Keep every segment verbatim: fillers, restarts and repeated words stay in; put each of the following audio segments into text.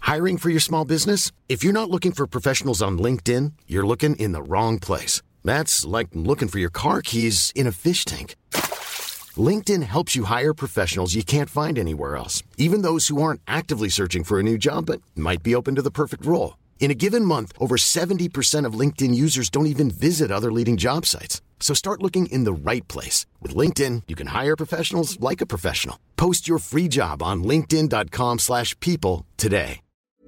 Hiring for your small business? If you're not looking for professionals on LinkedIn, you're looking in the wrong place. That's like looking for your car keys in a fish tank. LinkedIn helps you hire professionals you can't find anywhere else, even those who aren't actively searching for a new job but might be open to the perfect role. In a given month, over seventy percent of LinkedIn users don't even visit other leading job sites. So start looking in the right place. With LinkedIn, you can hire professionals like a professional. Post your free job on linkedin.com slash people today.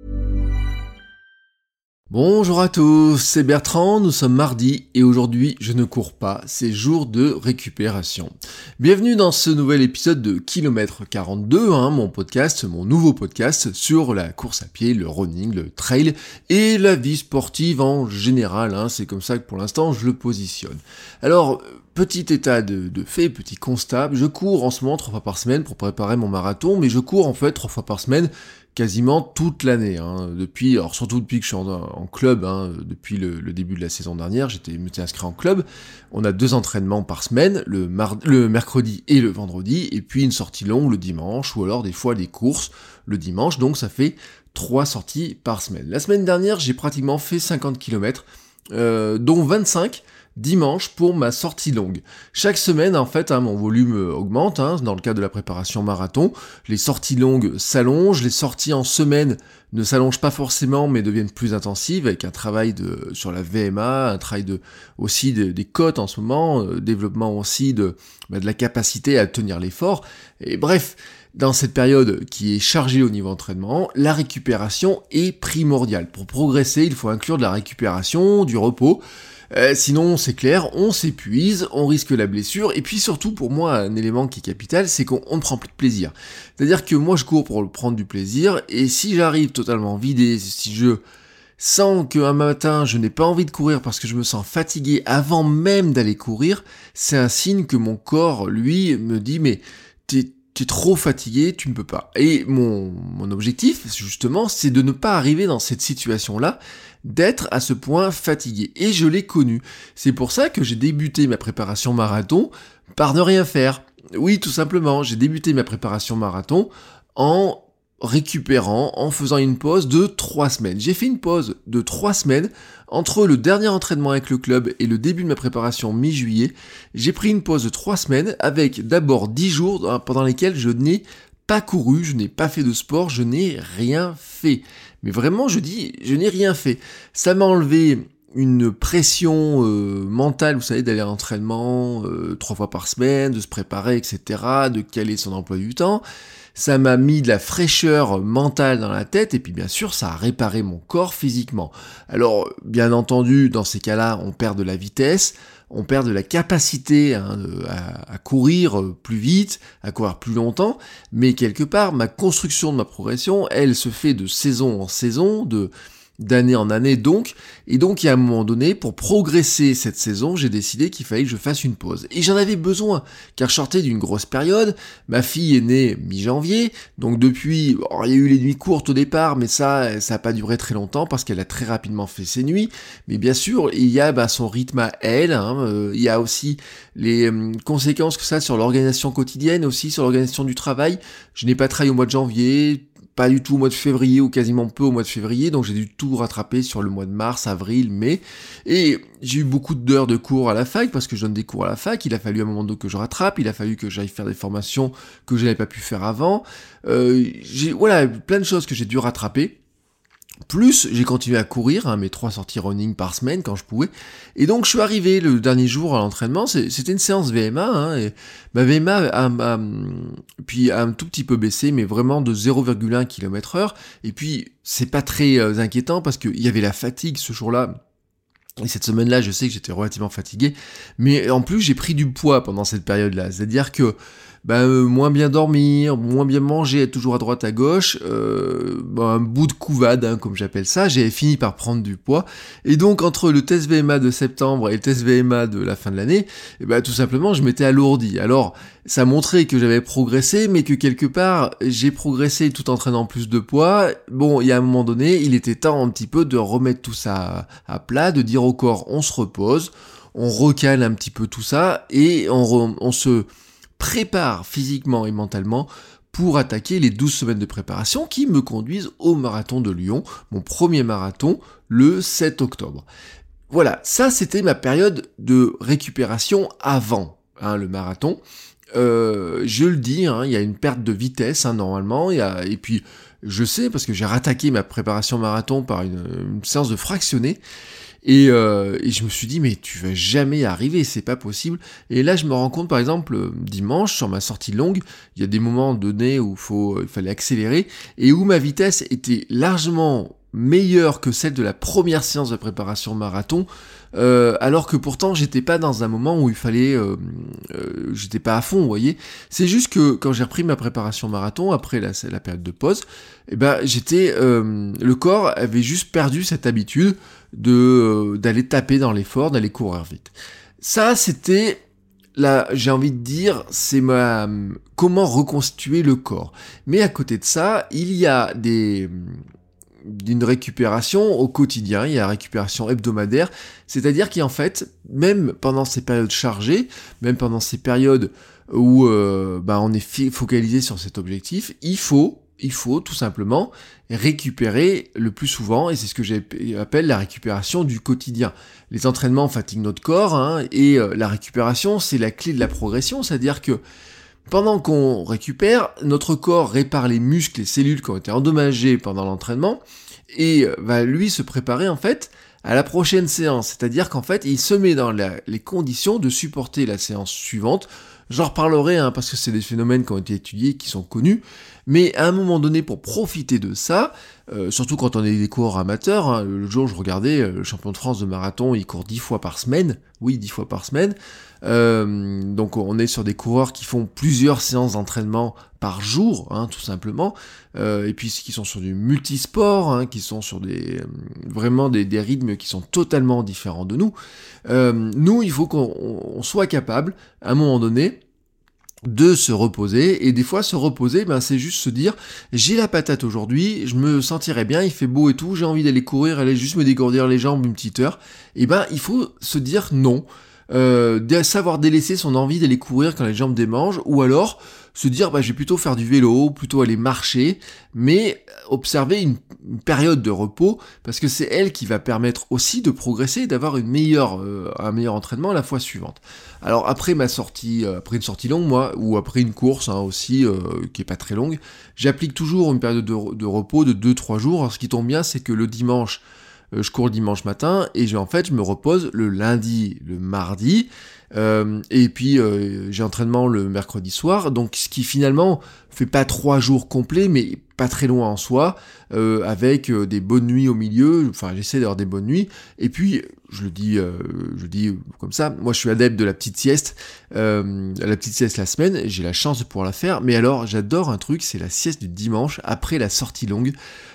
Bonjour à tous, c'est Bertrand, nous sommes mardi et aujourd'hui je ne cours pas, c'est jour de récupération. Bienvenue dans ce nouvel épisode de Kilomètre quarante-deux, hein, mon podcast, mon nouveau podcast sur la course à pied, le running, le trail et la vie sportive en général, hein, c'est comme ça que pour l'instant je le positionne. Alors, petit état de, de fait, petit constat, je cours en ce moment trois fois par semaine pour préparer mon marathon, mais je cours en fait trois fois par semaine quasiment toute l'année, hein, depuis, alors surtout depuis que je suis en, en club, hein, depuis le, le début de la saison dernière, j'étais m'étais inscrit en club. On a deux entraînements par semaine, le, mar- le mercredi et le vendredi, et puis une sortie longue le dimanche, ou alors des fois des courses le dimanche, donc ça fait trois sorties par semaine. La semaine dernière, j'ai pratiquement fait cinquante kilomètres, euh, dont vingt-cinq dimanche pour ma sortie longue. Chaque semaine, en fait, hein, mon volume augmente, hein, dans le cadre de la préparation marathon. Les sorties longues s'allongent, les sorties en semaine ne s'allongent pas forcément, mais deviennent plus intensives, avec un travail de, sur la V M A, un travail de, aussi de, des côtes en ce moment, euh, développement aussi de, bah, de la capacité à tenir l'effort. Et bref, dans cette période qui est chargée au niveau entraînement, la récupération est primordiale. Pour progresser, il faut inclure de la récupération, du repos. Euh, sinon, c'est clair, on s'épuise, on risque la blessure, et puis surtout, pour moi, un élément qui est capital, c'est qu'on on ne prend plus de plaisir. C'est-à-dire que moi, je cours pour prendre du plaisir, et si j'arrive totalement vidé, si je sens qu'un matin, je n'ai pas envie de courir parce que je me sens fatigué avant même d'aller courir, c'est un signe que mon corps, lui, me dit, mais t'es tu es trop fatigué, tu ne peux pas. Et mon, mon objectif, justement, c'est de ne pas arriver dans cette situation-là, d'être à ce point fatigué. Et je l'ai connu. C'est pour ça que j'ai débuté ma préparation marathon par ne rien faire. Oui, tout simplement, j'ai débuté ma préparation marathon en récupérant, en faisant une pause de trois semaines. J'ai fait une pause de trois semaines entre le dernier entraînement avec le club et le début de ma préparation mi-juillet. J'ai pris une pause de trois semaines avec d'abord dix jours pendant lesquels je n'ai pas couru, je n'ai pas fait de sport, je n'ai rien fait. Mais vraiment, je dis, je n'ai rien fait. Ça m'a enlevé une pression euh, mentale, vous savez, d'aller à l'entraînement euh, trois fois par semaine, de se préparer, et cetera, de caler son emploi du temps. Ça m'a mis de la fraîcheur mentale dans la tête, et puis bien sûr, ça a réparé mon corps physiquement. Alors, bien entendu, dans ces cas-là, on perd de la vitesse, on perd de la capacité hein, de, à, à courir plus vite, à courir plus longtemps, mais quelque part, ma construction de ma progression, elle se fait de saison en saison, de d'année en année donc, et donc il y a un moment donné, pour progresser cette saison, j'ai décidé qu'il fallait que je fasse une pause. Et j'en avais besoin, car je sortais d'une grosse période, ma fille est née mi-janvier, donc depuis, oh, il y a eu les nuits courtes au départ, mais ça, ça n'a pas duré très longtemps, parce qu'elle a très rapidement fait ses nuits, mais bien sûr, il y a bah, son rythme à elle, hein, euh, il y a aussi les euh, conséquences que ça a sur l'organisation quotidienne, aussi sur l'organisation du travail. Je n'ai pas travaillé au mois de janvier, pas du tout au mois de février ou quasiment peu au mois de février, donc j'ai dû tout rattraper sur le mois de mars, avril, mai, et j'ai eu beaucoup d'heures de cours à la fac, parce que je donne des cours à la fac, il a fallu à un moment donné que je rattrape, il a fallu que j'aille faire des formations que je n'avais pas pu faire avant, euh, j'ai, voilà, plein de choses que j'ai dû rattraper. Plus, j'ai continué à courir, hein, mes trois sorties running par semaine quand je pouvais. Et donc, je suis arrivé le dernier jour à l'entraînement. C'est, c'était une séance V M A. Hein, et ma V M A a, a, a, puis a un tout petit peu baissé, mais vraiment de zéro virgule un kilomètre heure. Et puis, c'est pas très euh, inquiétant parce qu'il y avait la fatigue ce jour-là. Et cette semaine-là, je sais que j'étais relativement fatigué. Mais en plus, j'ai pris du poids pendant cette période-là. C'est-à-dire que bah, euh, moins bien dormir, moins bien manger, être toujours à droite à gauche, euh, bah, un bout de couvade, hein, comme j'appelle ça, j'ai fini par prendre du poids. Et donc, entre le test V M A de septembre et le test V M A de la fin de l'année, et bah, tout simplement, je m'étais alourdi. Alors, ça montrait que j'avais progressé, mais que quelque part, j'ai progressé tout en entraînant plus de poids. Bon, il y a un moment donné, il était temps un petit peu de remettre tout ça à, à plat, de dire au corps, on se repose, on recale un petit peu tout ça, et on, re, on se prépare physiquement et mentalement pour attaquer les douze semaines de préparation qui me conduisent au marathon de Lyon, mon premier marathon, le sept octobre. Voilà, ça c'était ma période de récupération avant hein, le marathon. Euh, je le dis, hein, il y a une perte de vitesse hein, normalement, il y a, et puis je sais parce que j'ai rattaqué ma préparation marathon par une, une séance de fractionné. Et, euh, et je me suis dit, mais tu vas jamais y arriver, c'est pas possible. Et là, je me rends compte, par exemple, dimanche, sur ma sortie longue, il y a des moments donnés où faut, il fallait accélérer, et où ma vitesse était largement meilleure que celle de la première séance de préparation marathon, euh, alors que pourtant, j'étais pas dans un moment où il fallait... Euh, euh, j'étais pas à fond, vous voyez. C'est juste que quand j'ai repris ma préparation marathon, après la, la période de pause, eh ben, j'étais... Euh, le corps avait juste perdu cette habitude de euh, d'aller taper dans l'effort, d'aller courir vite. Ça, c'était, là, j'ai envie de dire, c'est ma comment reconstituer le corps. Mais à côté de ça, il y a des d'une récupération au quotidien, il y a la récupération hebdomadaire, c'est-à-dire qu'en fait, même pendant ces périodes chargées, même pendant ces périodes où euh, bah, on est focalisé sur cet objectif, il faut il faut tout simplement récupérer le plus souvent, et c'est ce que j'appelle la récupération du quotidien. Les entraînements fatiguent notre corps, hein, et euh, la récupération, c'est la clé de la progression, c'est-à-dire que pendant qu'on récupère, notre corps répare les muscles et cellules qui ont été endommagés pendant l'entraînement, et va lui se préparer en fait à la prochaine séance, c'est-à-dire qu'en fait, il se met dans la, les conditions de supporter la séance suivante. J'en reparlerai, hein, parce que c'est des phénomènes qui ont été étudiés, qui sont connus, mais à un moment donné, pour profiter de ça, euh, surtout quand on est des coureurs amateurs, hein, le jour où je regardais, euh, le champion de France de marathon, il court dix fois par semaine, oui, dix fois par semaine, euh, donc on est sur des coureurs qui font plusieurs séances d'entraînement par jour, hein, tout simplement, euh, et puis qui sont sur du multisport, hein, qui sont sur des euh, vraiment des, des rythmes qui sont totalement différents de nous. Euh, nous, il faut qu'on on soit capable, à un moment donné, de se reposer, et des fois se reposer, ben c'est juste se dire, j'ai la patate aujourd'hui, je me sentirais bien, il fait beau et tout, j'ai envie d'aller courir, aller juste me dégourdir les jambes une petite heure, et ben il faut se dire non, euh, de savoir délaisser son envie d'aller courir quand les jambes démangent, ou alors se dire bah je vais plutôt faire du vélo, plutôt aller marcher, mais observer une, une période de repos, parce que c'est elle qui va permettre aussi de progresser et d'avoir une meilleure, euh, un meilleur entraînement à la fois suivante. Alors après ma sortie, euh, après une sortie longue, moi, ou après une course hein, aussi, euh, qui est pas très longue, j'applique toujours une période de, de repos de deux trois jours. Alors, ce qui tombe bien, c'est que le dimanche, euh, je cours le dimanche matin, et je, en fait je me repose le lundi, le mardi, Euh, et puis euh, j'ai entraînement le mercredi soir, donc ce qui finalement fait pas trois jours complets, mais pas très loin en soi, euh, avec euh, des bonnes nuits au milieu. Enfin, j'essaie d'avoir des bonnes nuits. Et puis, je le dis, euh, je le dis comme ça. Moi, je suis adepte de la petite sieste, euh, la petite sieste la semaine. J'ai la chance de pouvoir la faire. Mais alors, j'adore un truc, c'est la sieste du dimanche après la sortie longue.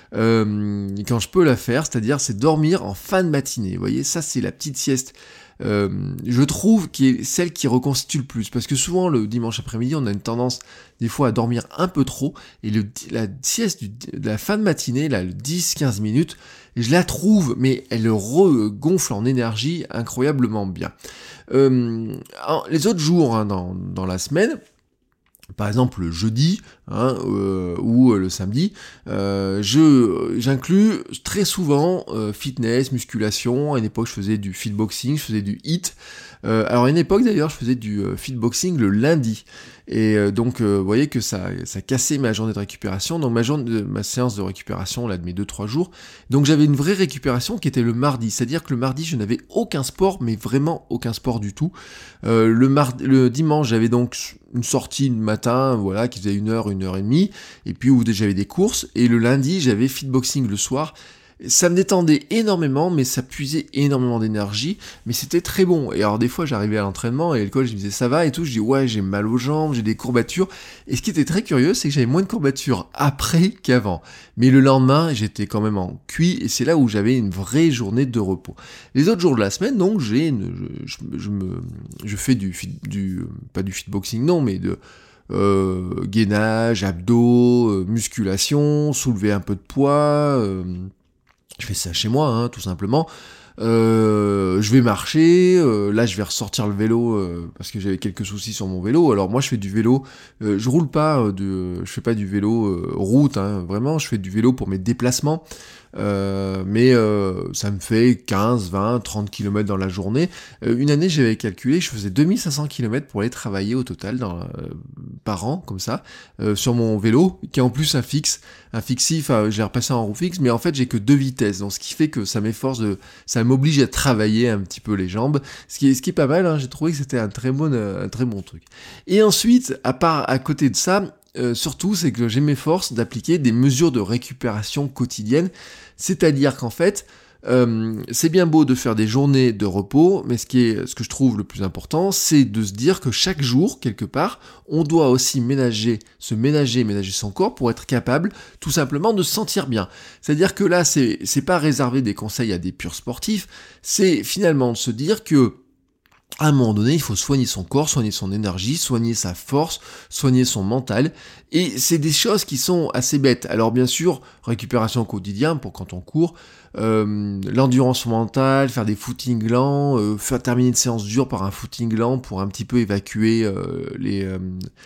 Euh, quand je peux la faire, c'est-à-dire, c'est dormir en fin de matinée. Vous voyez, ça, c'est la petite sieste. Euh, je trouve qui est celle qui reconstitue le plus, parce que souvent le dimanche après-midi on a une tendance des fois à dormir un peu trop, et le, la sieste du, de la fin de matinée, là, le dix à quinze minutes, je la trouve, mais elle regonfle en énergie incroyablement bien. Euh, les autres jours hein, dans, dans la semaine, par exemple le jeudi hein, euh, ou le samedi, euh, je j'inclus très souvent euh, fitness, musculation. À une époque je faisais du fitboxing, je faisais du hit. Euh, alors à une époque d'ailleurs je faisais du euh, fitboxing le lundi. Et euh, donc euh, vous voyez que ça, ça cassait ma journée de récupération, donc ma, journée, ma séance de récupération là de mes deux trois jours. Donc j'avais une vraie récupération qui était le mardi, c'est-à-dire que le mardi je n'avais aucun sport, mais vraiment aucun sport du tout. Euh, le, mardi, le dimanche j'avais donc une sortie le matin, voilà, qui faisait une heure, une heure et demie, et puis où j'avais des courses, et le lundi j'avais fitboxing le soir. Ça me détendait énormément, mais ça puisait énormément d'énergie, mais c'était très bon. Et alors des fois j'arrivais à l'entraînement et le coach me disait ça va et tout, je dis ouais j'ai mal aux jambes, j'ai des courbatures, et ce qui était très curieux c'est que j'avais moins de courbatures après qu'avant, mais le lendemain j'étais quand même en cuit, et c'est là où j'avais une vraie journée de repos. Les autres jours de la semaine donc j'ai une, je, je, je me je fais du, du pas du fitboxing non, mais de euh, gainage, abdos, euh, musculation, soulever un peu de poids, euh, je fais ça chez moi, hein, tout simplement. Euh, je vais marcher, euh, là je vais ressortir le vélo euh, parce que j'avais quelques soucis sur mon vélo. Alors moi je fais du vélo, euh, je roule pas, euh, de, je fais pas du vélo euh, route, hein, vraiment, je fais du vélo pour mes déplacements. Euh, mais euh, ça me fait quinze, vingt, trente kilomètres dans la journée. Euh, une année, j'avais calculé, je faisais deux mille cinq cents kilomètres pour aller travailler au total dans, euh, par an, comme ça, euh, sur mon vélo, qui est en plus un fixe, un fixif, euh, je l'ai repassé en roue fixe, mais en fait, j'ai que deux vitesses, donc ce qui fait que ça m'efforce de, ça m'oblige à travailler un petit peu les jambes, ce qui est, ce qui est pas mal, hein, j'ai trouvé que c'était un très bon, un très bon truc. Et ensuite, à part, à côté de ça, Euh, surtout, c'est que j'ai m'efforce d'appliquer des mesures de récupération quotidiennes, c'est-à-dire qu'en fait, euh, c'est bien beau de faire des journées de repos, mais ce qui est, ce que je trouve le plus important, c'est de se dire que chaque jour, quelque part, on doit aussi ménager, se ménager, ménager son corps pour être capable, tout simplement, de se sentir bien. C'est-à-dire que là, c'est, c'est pas réserver des conseils à des purs sportifs, c'est finalement de se dire que à un moment donné, il faut soigner son corps, soigner son énergie, soigner sa force, soigner son mental. Et c'est des choses qui sont assez bêtes. Alors bien sûr, récupération au quotidien pour quand on court, euh, l'endurance mentale, faire des footings lents, euh, faire terminer une séance dure par un footing lent pour un petit peu évacuer euh, les... Euh,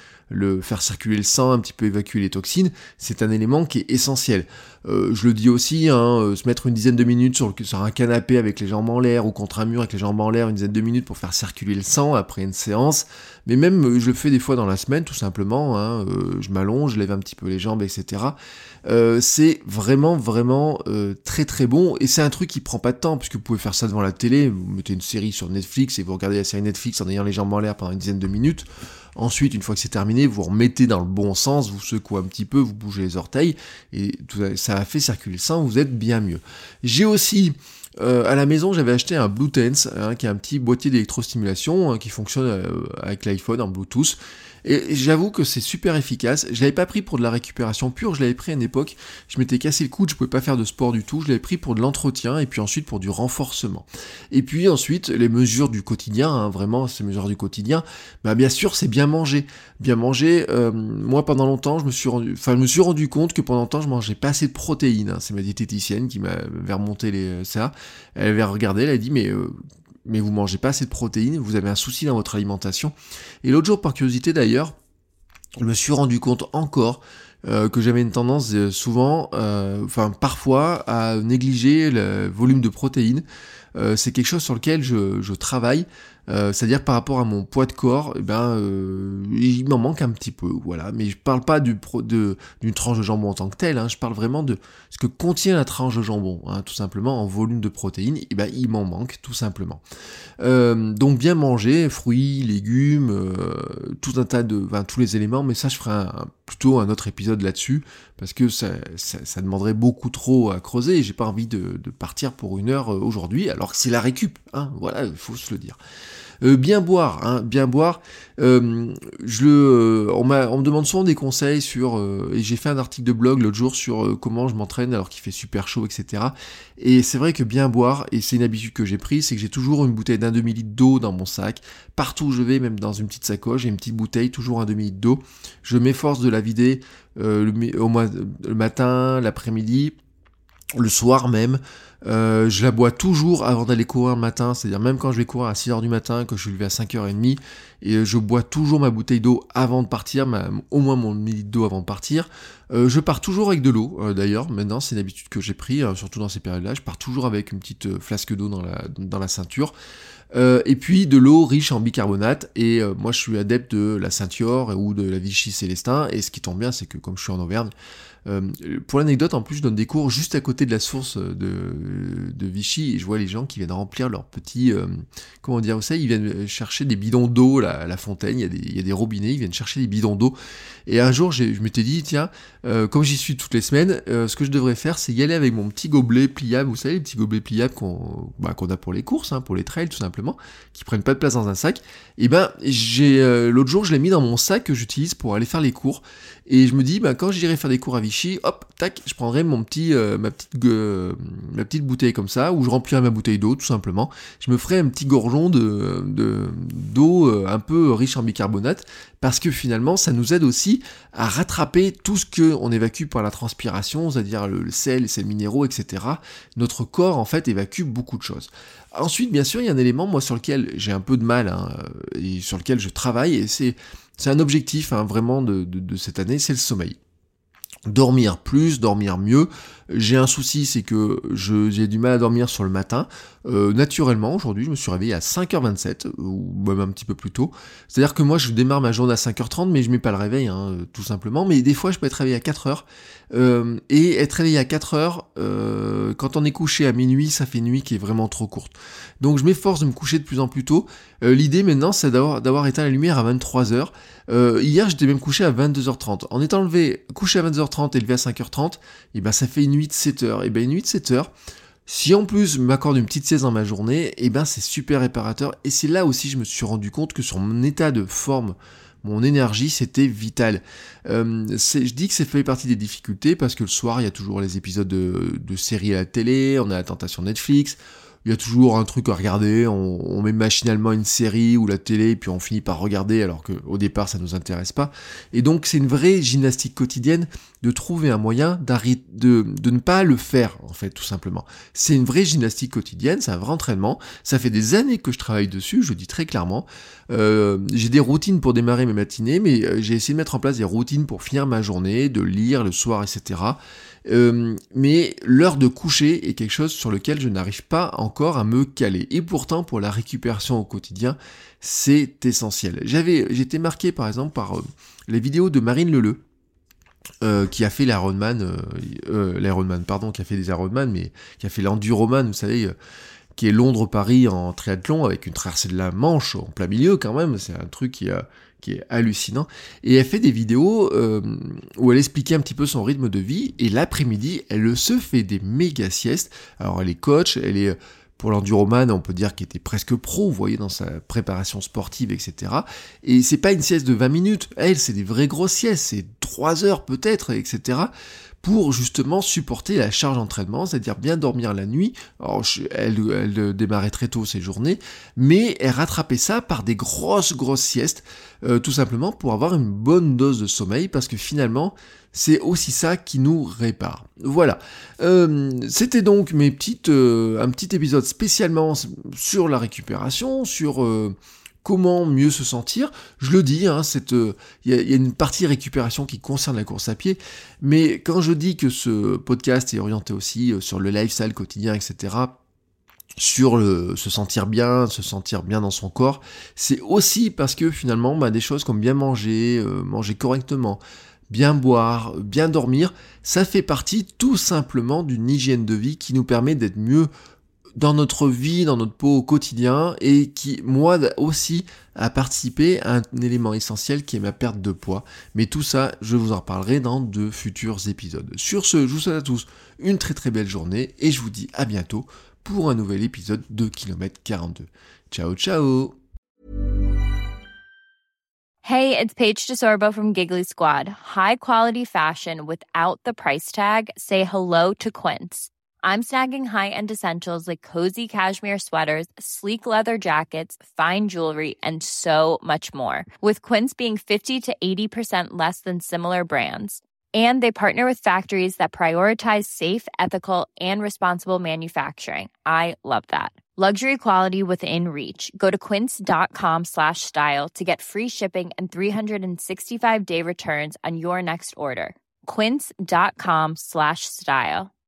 le faire circuler le sang, un petit peu évacuer les toxines, c'est un élément qui est essentiel. Euh, je le dis aussi, hein, euh, se mettre une dizaine de minutes sur, le, sur un canapé avec les jambes en l'air ou contre un mur avec les jambes en l'air, une dizaine de minutes pour faire circuler le sang après une séance. Mais même, euh, je le fais des fois dans la semaine, tout simplement. Hein, euh, je m'allonge, je lève un petit peu les jambes, et cetera. Euh, c'est vraiment, vraiment euh, très très bon. Et c'est un truc qui prend pas de temps, puisque vous pouvez faire ça devant la télé. Vous mettez une série sur Netflix et vous regardez la série Netflix en ayant les jambes en l'air pendant une dizaine de minutes. Ensuite, une fois que c'est terminé, vous remettez dans le bon sens, vous secouez un petit peu, vous bougez les orteils, et tout ça a fait circuler le sang, vous êtes bien mieux. J'ai aussi, euh, à la maison, j'avais acheté un Bluetooth, hein, qui est un petit boîtier d'électrostimulation, hein, qui fonctionne euh, avec l'iPhone en Bluetooth. Et j'avoue que c'est super efficace. Je l'avais pas pris pour de la récupération pure, je l'avais pris à une époque, je m'étais cassé le coude, je pouvais pas faire de sport du tout, je l'avais pris pour de l'entretien et puis ensuite pour du renforcement. Et puis ensuite, les mesures du quotidien, hein, vraiment ces mesures du quotidien, bah bien sûr c'est bien manger. Bien manger, euh, moi pendant longtemps, je me suis rendu, enfin je me suis rendu compte que pendant longtemps je mangeais pas assez de protéines. Hein. C'est ma diététicienne qui m'avait remonté les, ça. Elle avait regardé, elle a dit mais... Euh, mais vous mangez pas assez de protéines, vous avez un souci dans votre alimentation. Et l'autre jour, par curiosité d'ailleurs, je me suis rendu compte encore euh, que j'avais une tendance euh, souvent, euh, enfin parfois, à négliger le volume de protéines. Euh, c'est quelque chose sur lequel je, je travaille, euh, c'est-à-dire par rapport à mon poids de corps, eh ben, euh, il m'en manque un petit peu, voilà. Mais je parle pas du pro, de, d'une tranche de jambon en tant que telle, hein, je parle vraiment de ce que contient la tranche de jambon, hein, tout simplement en volume de protéines, eh ben, il m'en manque tout simplement. Euh, donc bien manger, fruits, légumes, euh, tout un tas de, enfin, tous les éléments, mais ça je ferai un, un, plutôt un autre épisode là-dessus, parce que ça, ça, ça demanderait beaucoup trop à creuser, et j'ai pas envie de, de partir pour une heure aujourd'hui, alors que c'est la récup, hein, voilà, il faut se le dire. Euh, bien boire, hein, bien boire. Euh, je le, on, m'a, on me demande souvent des conseils sur, euh, et j'ai fait un article de blog l'autre jour sur euh, comment je m'entraîne alors qu'il fait super chaud, et cetera. Et c'est vrai que bien boire, et c'est une habitude que j'ai prise, c'est que j'ai toujours une bouteille d'un demi-litre d'eau dans mon sac. Partout où je vais, même dans une petite sacoche, j'ai une petite bouteille, toujours un demi-litre d'eau. Je m'efforce de la vider euh, le, au moins, le matin, l'après-midi, le soir même. Euh, je la bois toujours avant d'aller courir le matin, c'est-à-dire même quand je vais courir à six heures du matin, que je suis levé à cinq heures trente, et je bois toujours ma bouteille d'eau avant de partir, ma, au moins mon millilitre d'eau avant de partir. Euh, je pars toujours avec de l'eau, euh, d'ailleurs, maintenant c'est une habitude que j'ai pris, euh, surtout dans ces périodes-là, je pars toujours avec une petite euh, flasque d'eau dans la, dans la ceinture. Euh, et puis de l'eau riche en bicarbonate, et euh, moi je suis adepte de la Saint-Yor ou de la Vichy Célestin, et ce qui tombe bien c'est que comme je suis en Auvergne, euh, pour l'anecdote en plus je donne des cours juste à côté de la source de, de Vichy, et je vois les gens qui viennent remplir leurs petits, euh, comment dire, vous savez, ils viennent chercher des bidons d'eau là, à la fontaine, il y, a des, il y a des robinets, ils viennent chercher des bidons d'eau, et un jour j'ai, je m'étais dit tiens, euh, comme j'y suis toutes les semaines, euh, ce que je devrais faire c'est y aller avec mon petit gobelet pliable, vous savez les petits gobelets pliables qu'on, bah, qu'on a pour les courses, hein, pour les trails tout simplement. simplement, qui prennent pas de place dans un sac. Et ben, j'ai euh, l'autre jour, je l'ai mis dans mon sac que j'utilise pour aller faire les cours. Et je me dis, ben, quand j'irai faire des cours à Vichy, hop, tac, je prendrai mon petit, euh, ma petite, euh, ma petite bouteille comme ça, où je remplirai ma bouteille d'eau, tout simplement. Je me ferai un petit gorgeon de, de, d'eau euh, un peu riche en bicarbonate, parce que finalement, ça nous aide aussi à rattraper tout ce qu'on évacue par la transpiration, c'est-à-dire le, le sel, les sels minéraux, et cetera. Notre corps, en fait, évacue beaucoup de choses. Ensuite, bien sûr, il y a un élément, moi, sur lequel j'ai un peu de mal, hein, et sur lequel je travaille, et c'est, c'est un objectif, hein, vraiment, de, de, de cette année, c'est le sommeil. Dormir plus, dormir mieux. J'ai un souci, c'est que je, j'ai du mal à dormir sur le matin. Euh, naturellement, aujourd'hui, je me suis réveillé à cinq heures vingt-sept, ou même un petit peu plus tôt. C'est-à-dire que moi, je démarre ma journée à cinq heures trente, mais je mets pas le réveil, hein, tout simplement. Mais des fois, je peux être réveillé à quatre heures. Euh, et être réveillé à quatre heures, euh, quand on est couché à minuit, ça fait une nuit qui est vraiment trop courte. Donc je m'efforce de me coucher de plus en plus tôt. Euh, l'idée maintenant, c'est d'avoir, d'avoir éteint la lumière à vingt-trois heures. Euh, hier, j'étais même couché à vingt-deux heures trente. En étant levé, couché à vingt-deux heures trente et levé à cinq heures trente, et ben ça fait une nuit de sept heures. Et ben une nuit de sept heures, si en plus je m'accorde une petite sieste dans ma journée, et ben c'est super réparateur. Et c'est là aussi je me suis rendu compte que sur mon état de forme, mon énergie, c'était vital. Euh, c'est, je dis que ça fait partie des difficultés parce que le soir, il y a toujours les épisodes de, de séries à la télé, on a la tentation Netflix, il y a toujours un truc à regarder, on, on met machinalement une série ou la télé, puis on finit par regarder alors qu'au départ ça nous intéresse pas. Et donc c'est une vraie gymnastique quotidienne de trouver un moyen d'arrêter, de, de ne pas le faire, en fait, tout simplement. C'est une vraie gymnastique quotidienne, c'est un vrai entraînement, ça fait des années que je travaille dessus, je le dis très clairement. Euh, j'ai des routines pour démarrer mes matinées, mais j'ai essayé de mettre en place des routines pour finir ma journée, de lire le soir, et cetera. Euh, mais l'heure de coucher est quelque chose sur lequel je n'arrive pas encore à me caler. Et pourtant, pour la récupération au quotidien, c'est essentiel. J'avais, j'étais marqué par exemple par euh, les vidéos de Marine Leleu, euh, qui a fait l'Ironman, euh, euh, l'Ironman, pardon, qui a fait des Ironman, mais qui a fait l'Enduroman, vous savez, euh, qui est Londres-Paris en triathlon, avec une traversée de la Manche en plein milieu quand même, c'est un truc qui a... qui est hallucinant, et elle fait des vidéos euh, où elle expliquait un petit peu son rythme de vie, et l'après-midi, elle se fait des méga siestes. Alors elle est coach, elle est, pour l'enduroman, on peut dire qu'elle était presque pro, vous voyez, dans sa préparation sportive, et cetera. Et c'est pas une sieste de vingt minutes, elle, c'est des vraies grosses siestes, c'est trois heures peut-être, et cetera, pour justement supporter la charge d'entraînement, c'est-à-dire bien dormir la nuit. Alors, elle, elle démarrait très tôt ses journées, mais elle rattrapait ça par des grosses, grosses siestes, euh, tout simplement pour avoir une bonne dose de sommeil, parce que finalement, c'est aussi ça qui nous répare. Voilà. Euh, c'était donc mes petites, euh, un petit épisode spécialement sur la récupération, sur... Euh, comment mieux se sentir. Je le dis, hein, il euh, y, y a une partie récupération qui concerne la course à pied, mais quand je dis que ce podcast est orienté aussi euh, sur le lifestyle quotidien, et cetera, sur le se sentir bien, se sentir bien dans son corps, c'est aussi parce que finalement, bah, des choses comme bien manger, euh, manger correctement, bien boire, bien dormir, ça fait partie tout simplement d'une hygiène de vie qui nous permet d'être mieux dans notre vie, dans notre peau au quotidien, et qui, moi aussi, a participé à un élément essentiel qui est ma perte de poids. Mais tout ça, je vous en reparlerai dans de futurs épisodes. Sur ce, je vous souhaite à tous une très très belle journée, et je vous dis à bientôt pour un nouvel épisode de Kilomètre quarante-deux. Ciao, ciao! Hey, it's Paige DeSorbo from Giggly Squad. High quality fashion without the price tag. Say hello to Quince. I'm snagging high-end essentials like cozy cashmere sweaters, sleek leather jackets, fine jewelry, and so much more. With Quince being fifty to eighty percent less than similar brands. And they partner with factories that prioritize safe, ethical, and responsible manufacturing. I love that. Luxury quality within reach. Go to quince.com slash style to get free shipping and three sixty-five day returns on your next order. Quince.com slash style.